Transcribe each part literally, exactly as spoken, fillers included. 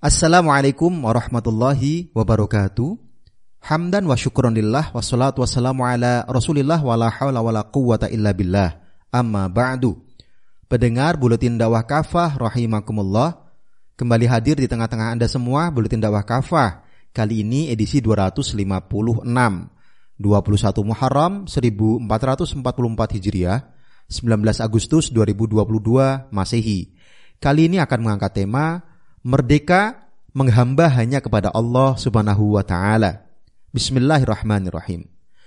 Assalamualaikum warahmatullahi wabarakatuh. Hamdan wa syukron lillah wassalatu wassalamu ala rasulillah wa la hawla wa la quwwata illa billah. Amma ba'du. Pendengar Buletin Dakwah Kafah rahimakumullah, kembali hadir di tengah-tengah Anda semua Buletin Dakwah Kafah. Kali ini edisi dua ratus lima puluh enam, dua puluh satu Muharram seribu empat ratus empat puluh empat Hijriah, sembilan belas Agustus dua ribu dua puluh dua Masehi. Kali ini akan mengangkat tema Merdeka menghamba hanya kepada Allah Subhanahu wa Ta'ala. Bismillahirrahmanirrahim.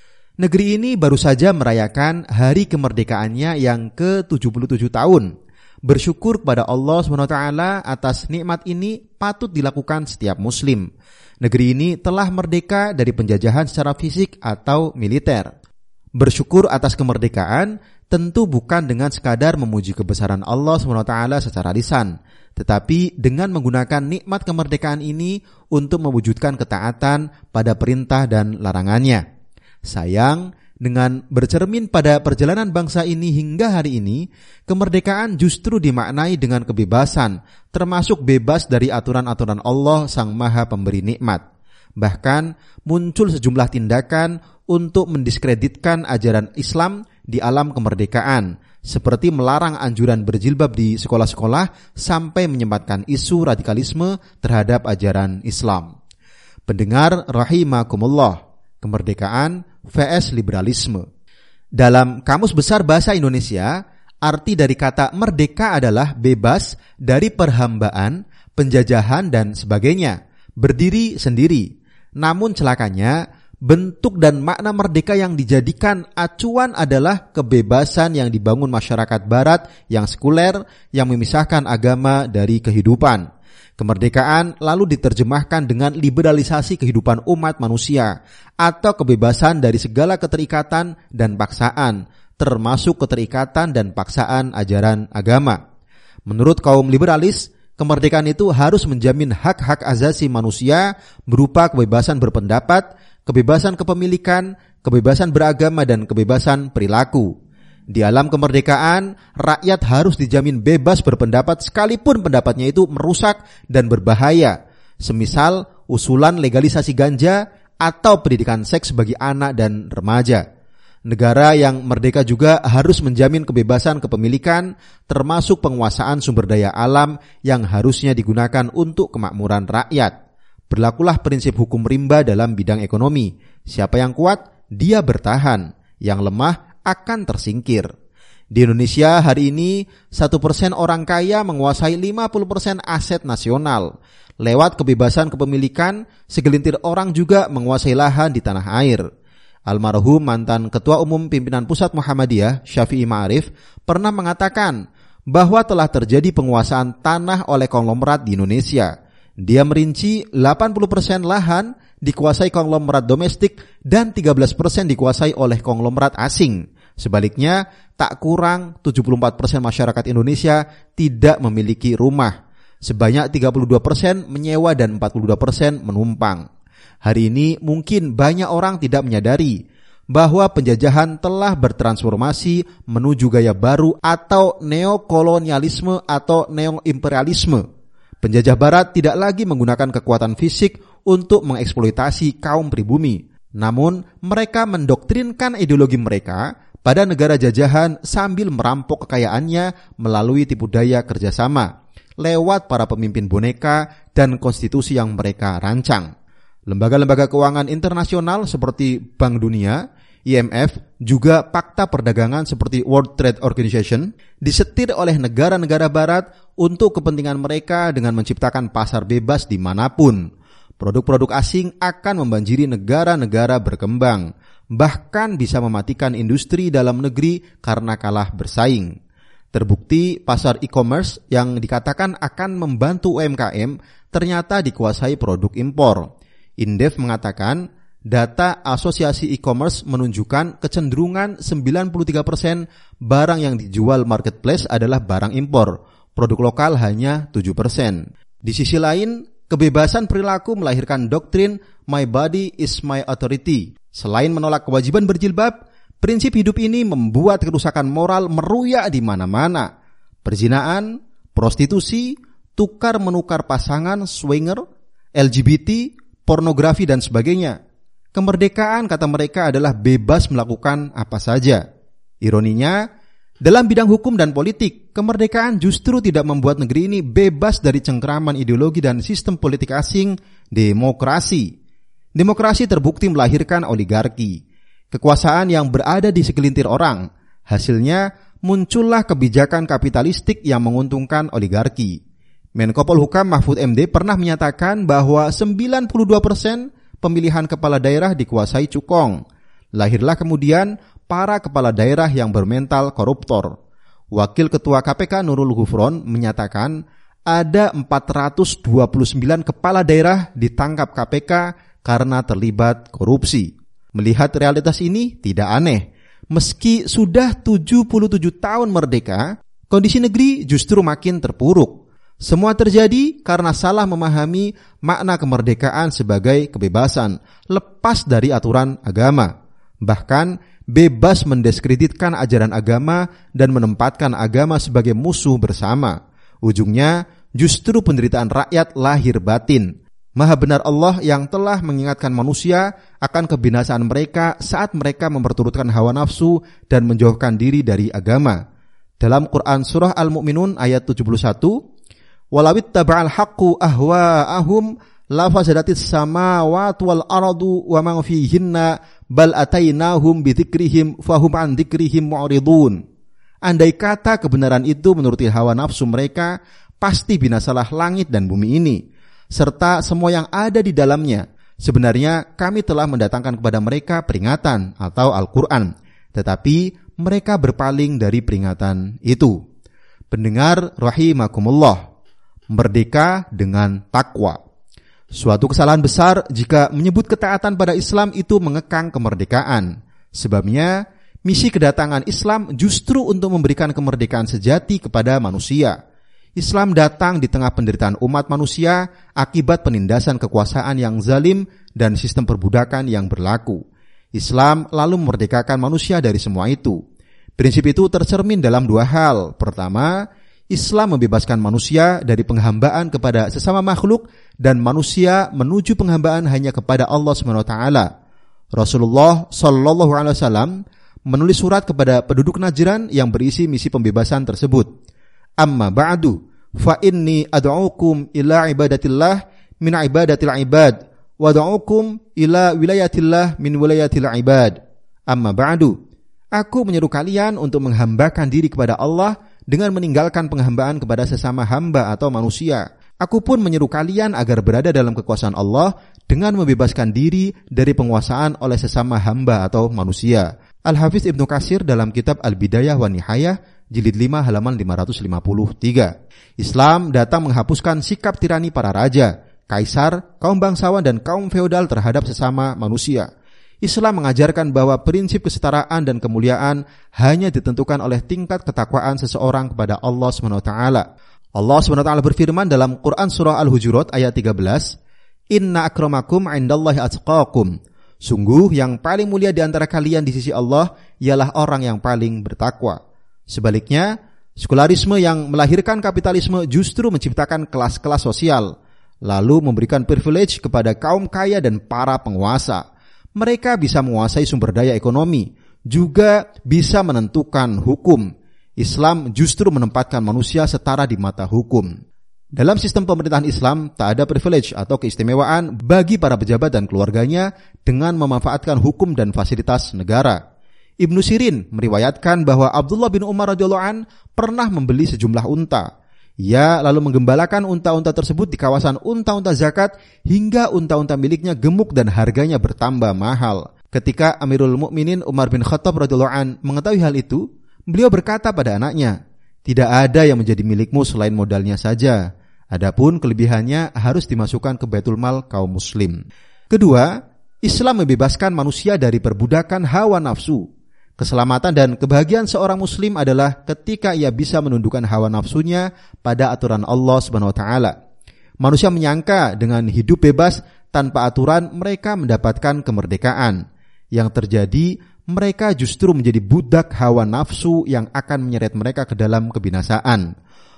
Negeri ini baru saja merayakan hari kemerdekaannya yang ke tujuh puluh tujuh tahun. Bersyukur kepada Allah Subhanahu wa Ta'ala atas nikmat ini patut dilakukan setiap muslim. Negeri ini telah merdeka dari penjajahan secara fisik atau militer. Bersyukur atas kemerdekaan tentu bukan dengan sekadar memuji kebesaran Allah subhanahu wa taala secara lisan, tetapi dengan menggunakan nikmat kemerdekaan ini untuk mewujudkan ketaatan pada perintah dan larangannya. Sayang, dengan bercermin pada perjalanan bangsa ini hingga hari ini, kemerdekaan justru dimaknai dengan kebebasan, termasuk bebas dari aturan-aturan Allah Sang Maha Pemberi Nikmat. Bahkan muncul sejumlah tindakan untuk mendiskreditkan ajaran Islam di alam kemerdekaan, seperti melarang anjuran berjilbab di sekolah-sekolah sampai menyempatkan isu radikalisme terhadap ajaran Islam. Pendengar rahimakumullah, kemerdekaan versus liberalisme. Dalam Kamus Besar Bahasa Indonesia, arti dari kata merdeka adalah bebas dari perhambaan, penjajahan dan sebagainya, berdiri sendiri. Namun celakanya, bentuk dan makna merdeka yang dijadikan acuan adalah kebebasan yang dibangun masyarakat barat yang sekuler, yang memisahkan agama dari kehidupan. Kemerdekaan lalu diterjemahkan dengan liberalisasi kehidupan umat manusia atau kebebasan dari segala keterikatan dan paksaan, termasuk keterikatan dan paksaan ajaran agama. Menurut kaum liberalis, kemerdekaan itu harus menjamin hak-hak asasi manusia berupa kebebasan berpendapat, kebebasan kepemilikan, kebebasan beragama, dan kebebasan perilaku. Di alam kemerdekaan, rakyat harus dijamin bebas berpendapat sekalipun pendapatnya itu merusak dan berbahaya. Semisal usulan legalisasi ganja atau pendidikan seks bagi anak dan remaja. Negara yang merdeka juga harus menjamin kebebasan kepemilikan, termasuk penguasaan sumber daya alam yang harusnya digunakan untuk kemakmuran rakyat. Berlakulah prinsip hukum rimba dalam bidang ekonomi. Siapa yang kuat, dia bertahan. Yang lemah akan tersingkir. Di Indonesia hari ini, satu persen orang kaya menguasai lima puluh persen aset nasional. Lewat kebebasan kepemilikan, segelintir orang juga menguasai lahan di tanah air. Almarhum mantan Ketua Umum Pimpinan Pusat Muhammadiyah, Syafi'i Ma'arif, pernah mengatakan bahwa telah terjadi penguasaan tanah oleh konglomerat di Indonesia. Dia merinci delapan puluh persen lahan dikuasai konglomerat domestik dan tiga belas persen dikuasai oleh konglomerat asing. Sebaliknya, tak kurang tujuh puluh empat persen masyarakat Indonesia tidak memiliki rumah. Sebanyak tiga puluh dua persen menyewa dan empat puluh dua persen menumpang. Hari ini mungkin banyak orang tidak menyadari bahwa penjajahan telah bertransformasi menuju gaya baru atau neokolonialisme atau neoimperialisme. Penjajah barat tidak lagi menggunakan kekuatan fisik untuk mengeksploitasi kaum pribumi. Namun mereka mendoktrinkan ideologi mereka pada negara jajahan sambil merampok kekayaannya melalui tipu daya kerjasama lewat para pemimpin boneka dan konstitusi yang mereka rancang. Lembaga-lembaga keuangan internasional seperti Bank Dunia, I M F, juga fakta perdagangan seperti World Trade Organization disetir oleh negara-negara barat untuk kepentingan mereka dengan menciptakan pasar bebas dimanapun. Produk-produk asing akan membanjiri negara-negara berkembang, bahkan bisa mematikan industri dalam negeri karena kalah bersaing. Terbukti pasar e-commerce yang dikatakan akan membantu U M K M ternyata dikuasai produk impor. Indef mengatakan data Asosiasi E-commerce menunjukkan kecenderungan sembilan puluh tiga persen barang yang dijual marketplace adalah barang impor, produk lokal hanya tujuh persen. Di sisi lain, kebebasan perilaku melahirkan doktrin my body is my authority. Selain menolak kewajiban berjilbab, prinsip hidup ini membuat kerusakan moral meruyak di mana-mana. Perzinaan, prostitusi, tukar-menukar pasangan, swinger, L G B T, pornografi dan sebagainya. Kemerdekaan, kata mereka, adalah bebas melakukan apa saja. Ironinya, dalam bidang hukum dan politik, kemerdekaan justru tidak membuat negeri ini bebas dari cengkeraman ideologi dan sistem politik asing, demokrasi. Demokrasi terbukti melahirkan oligarki, kekuasaan yang berada di segelintir orang. Hasilnya, muncullah kebijakan kapitalistik yang menguntungkan oligarki. Menko Polhukam Mahfud M D pernah menyatakan bahwa sembilan puluh dua persen pemilihan kepala daerah dikuasai cukong. Lahirlah kemudian para kepala daerah yang bermental koruptor. Wakil Ketua K P K Nurul Gufron menyatakan ada empat ratus dua puluh sembilan kepala daerah ditangkap K P K karena terlibat korupsi. Melihat realitas ini tidak aneh. Meski sudah tujuh puluh tujuh tahun merdeka, kondisi negeri justru makin terpuruk. Semua terjadi karena salah memahami makna kemerdekaan sebagai kebebasan, lepas dari aturan agama. Bahkan bebas mendiskreditkan ajaran agama dan menempatkan agama sebagai musuh bersama. Ujungnya justru penderitaan rakyat lahir batin. Maha benar Allah yang telah mengingatkan manusia akan kebinasaan mereka saat mereka memperturutkan hawa nafsu dan menjauhkan diri dari agama. Dalam Quran Surah Al-Mu'minun ayat tujuh puluh satu, walawit taba'al haqqu ahwa'ahum lafasadatis samawati wal ardu wa man fihinna bal atainahum bidzikrihim fahum an dzikrihim mu'ridun. Andai kata kebenaran itu menuruti hawa nafsu mereka, pasti binasalah langit dan bumi ini serta semua yang ada di dalamnya. Sebenarnya kami telah mendatangkan kepada mereka peringatan atau Al-Quran, tetapi mereka berpaling dari peringatan itu. Pendengar rahimakumullah, merdeka dengan takwa. Suatu kesalahan besar jika menyebut ketaatan pada Islam itu mengekang kemerdekaan. Sebabnya, misi kedatangan Islam justru untuk memberikan kemerdekaan sejati kepada manusia. Islam datang di tengah penderitaan umat manusia akibat penindasan kekuasaan yang zalim dan sistem perbudakan yang berlaku. Islam lalu memerdekakan manusia dari semua itu. Prinsip itu tercermin dalam dua hal. Pertama, Islam membebaskan manusia dari penghambaan kepada sesama makhluk dan manusia menuju penghambaan hanya kepada Allah subhanahu wa taala. Rasulullah shallallahu alaihi wasallam menulis surat kepada penduduk Najran yang berisi misi pembebasan tersebut. Amma ba'du, fa inni ad'ukum ila ibadatillah min ibadatil ibad, wa ad'ukum ila wilayatillah min wilayatil ibad. Amma ba'du, aku menyeru kalian untuk menghambakan diri kepada Allah dengan meninggalkan penghambaan kepada sesama hamba atau manusia. Aku pun menyeru kalian agar berada dalam kekuasaan Allah dengan membebaskan diri dari penguasaan oleh sesama hamba atau manusia. Al-Hafiz Ibnu Katsir dalam kitab Al-Bidayah wa Nihayah jilid lima halaman lima ratus lima puluh tiga. Islam datang menghapuskan sikap tirani para raja, kaisar, kaum bangsawan dan kaum feodal terhadap sesama manusia. Islam mengajarkan bahwa prinsip kesetaraan dan kemuliaan hanya ditentukan oleh tingkat ketakwaan seseorang kepada Allah subhanahu wa taala. Allah subhanahu wa taala berfirman dalam Quran surah Al-Hujurat ayat tiga belas, "Inna akramakum 'indallahi atqakum." Sungguh yang paling mulia di antara kalian di sisi Allah ialah orang yang paling bertakwa. Sebaliknya, sekularisme yang melahirkan kapitalisme justru menciptakan kelas-kelas sosial, lalu memberikan privilege kepada kaum kaya dan para penguasa. Mereka bisa menguasai sumber daya ekonomi, juga bisa menentukan hukum. Islam justru menempatkan manusia setara di mata hukum. Dalam sistem pemerintahan Islam, tak ada privilege atau keistimewaan bagi para pejabat dan keluarganya dengan memanfaatkan hukum dan fasilitas negara. Ibnu Sirin meriwayatkan bahwa Abdullah bin Umar radhiyallahu an pernah membeli sejumlah unta. Ia lalu menggembalakan unta-unta tersebut di kawasan unta-unta zakat hingga unta-unta miliknya gemuk dan harganya bertambah mahal. Ketika Amirul Mukminin Umar bin Khattab radhiyallahu an mengetahui hal itu, beliau berkata pada anaknya, "Tidak ada yang menjadi milikmu selain modalnya saja. Adapun kelebihannya harus dimasukkan ke Baitul Mal kaum muslim." Kedua, Islam membebaskan manusia dari perbudakan hawa nafsu. Keselamatan dan kebahagiaan seorang muslim adalah ketika ia bisa menundukkan hawa nafsunya pada aturan Allah Subhanahu wa taala. Manusia menyangka dengan hidup bebas tanpa aturan mereka mendapatkan kemerdekaan. Yang terjadi, mereka justru menjadi budak hawa nafsu yang akan menyeret mereka ke dalam kebinasaan.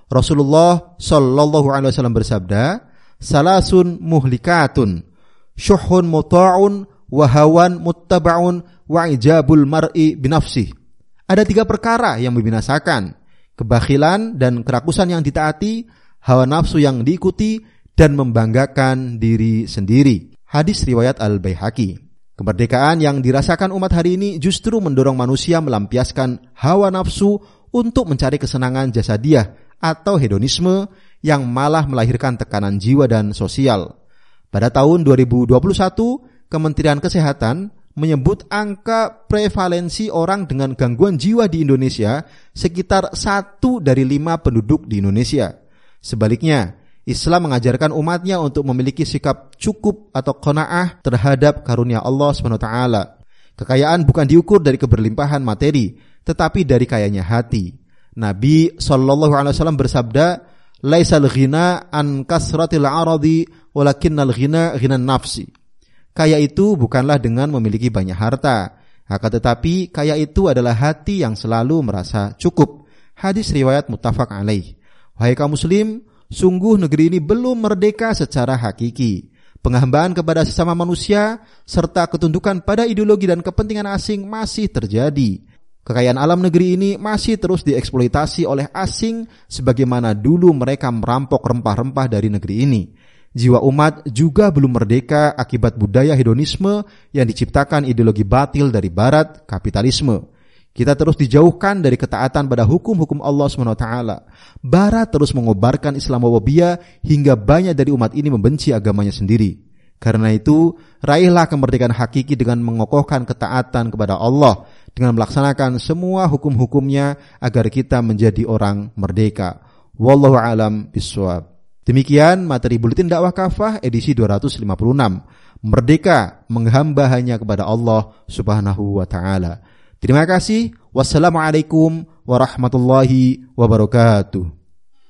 Rasulullah sallallahu alaihi wasallam bersabda, "Salasun muhlikatun, syuhun muta'un, wa hawan muttaba'un, wa ijabul mar'i binafsih." Ada tiga perkara yang membinasakan: kebakhilan dan kerakusan yang ditaati, hawa nafsu yang diikuti, dan membanggakan diri sendiri. Hadis riwayat Al-Baihaqi. Kemerdekaan yang dirasakan umat hari ini justru mendorong manusia melampiaskan hawa nafsu untuk mencari kesenangan jasadiah atau hedonisme yang malah melahirkan tekanan jiwa dan sosial. Pada tahun dua ribu dua puluh satu, Kementerian Kesehatan menyebut angka prevalensi orang dengan gangguan jiwa di Indonesia sekitar satu dari lima penduduk di Indonesia. Sebaliknya, Islam mengajarkan umatnya untuk memiliki sikap cukup atau qanaah terhadap karunia Allah subhanahu wa taala. Kekayaan bukan diukur dari keberlimpahan materi, tetapi dari kayanya hati. Nabi sallallahu alaihi wasallam bersabda, "Laisal ghina an kasratil aradi, walakinnal ghina ghinan nafsi." Kaya itu bukanlah dengan memiliki banyak harta, akan tetapi kaya itu adalah hati yang selalu merasa cukup. Hadis riwayat muttafaq alaih. Wahai kaum muslim, sungguh negeri ini belum merdeka secara hakiki. Penghambaan kepada sesama manusia serta ketundukan pada ideologi dan kepentingan asing masih terjadi. Kekayaan alam negeri ini masih terus dieksploitasi oleh asing sebagaimana dulu mereka merampok rempah-rempah dari negeri ini. Jiwa umat juga belum merdeka akibat budaya hedonisme yang diciptakan ideologi batil dari barat, kapitalisme. Kita terus dijauhkan dari ketaatan pada hukum-hukum Allah subhanahu wa taala. Barat terus mengobarkan Islamofobia hingga banyak dari umat ini membenci agamanya sendiri. Karena itu, raihlah kemerdekaan hakiki dengan mengokohkan ketaatan kepada Allah, dengan melaksanakan semua hukum-hukumnya agar kita menjadi orang merdeka. Wallahu a'lam bishawab. Demikian materi Buletin Dakwah Kafah edisi dua ratus lima puluh enam. Merdeka menghamba hanya kepada Allah subhanahu wa ta'ala. Terima kasih. Wassalamualaikum warahmatullahi wabarakatuh.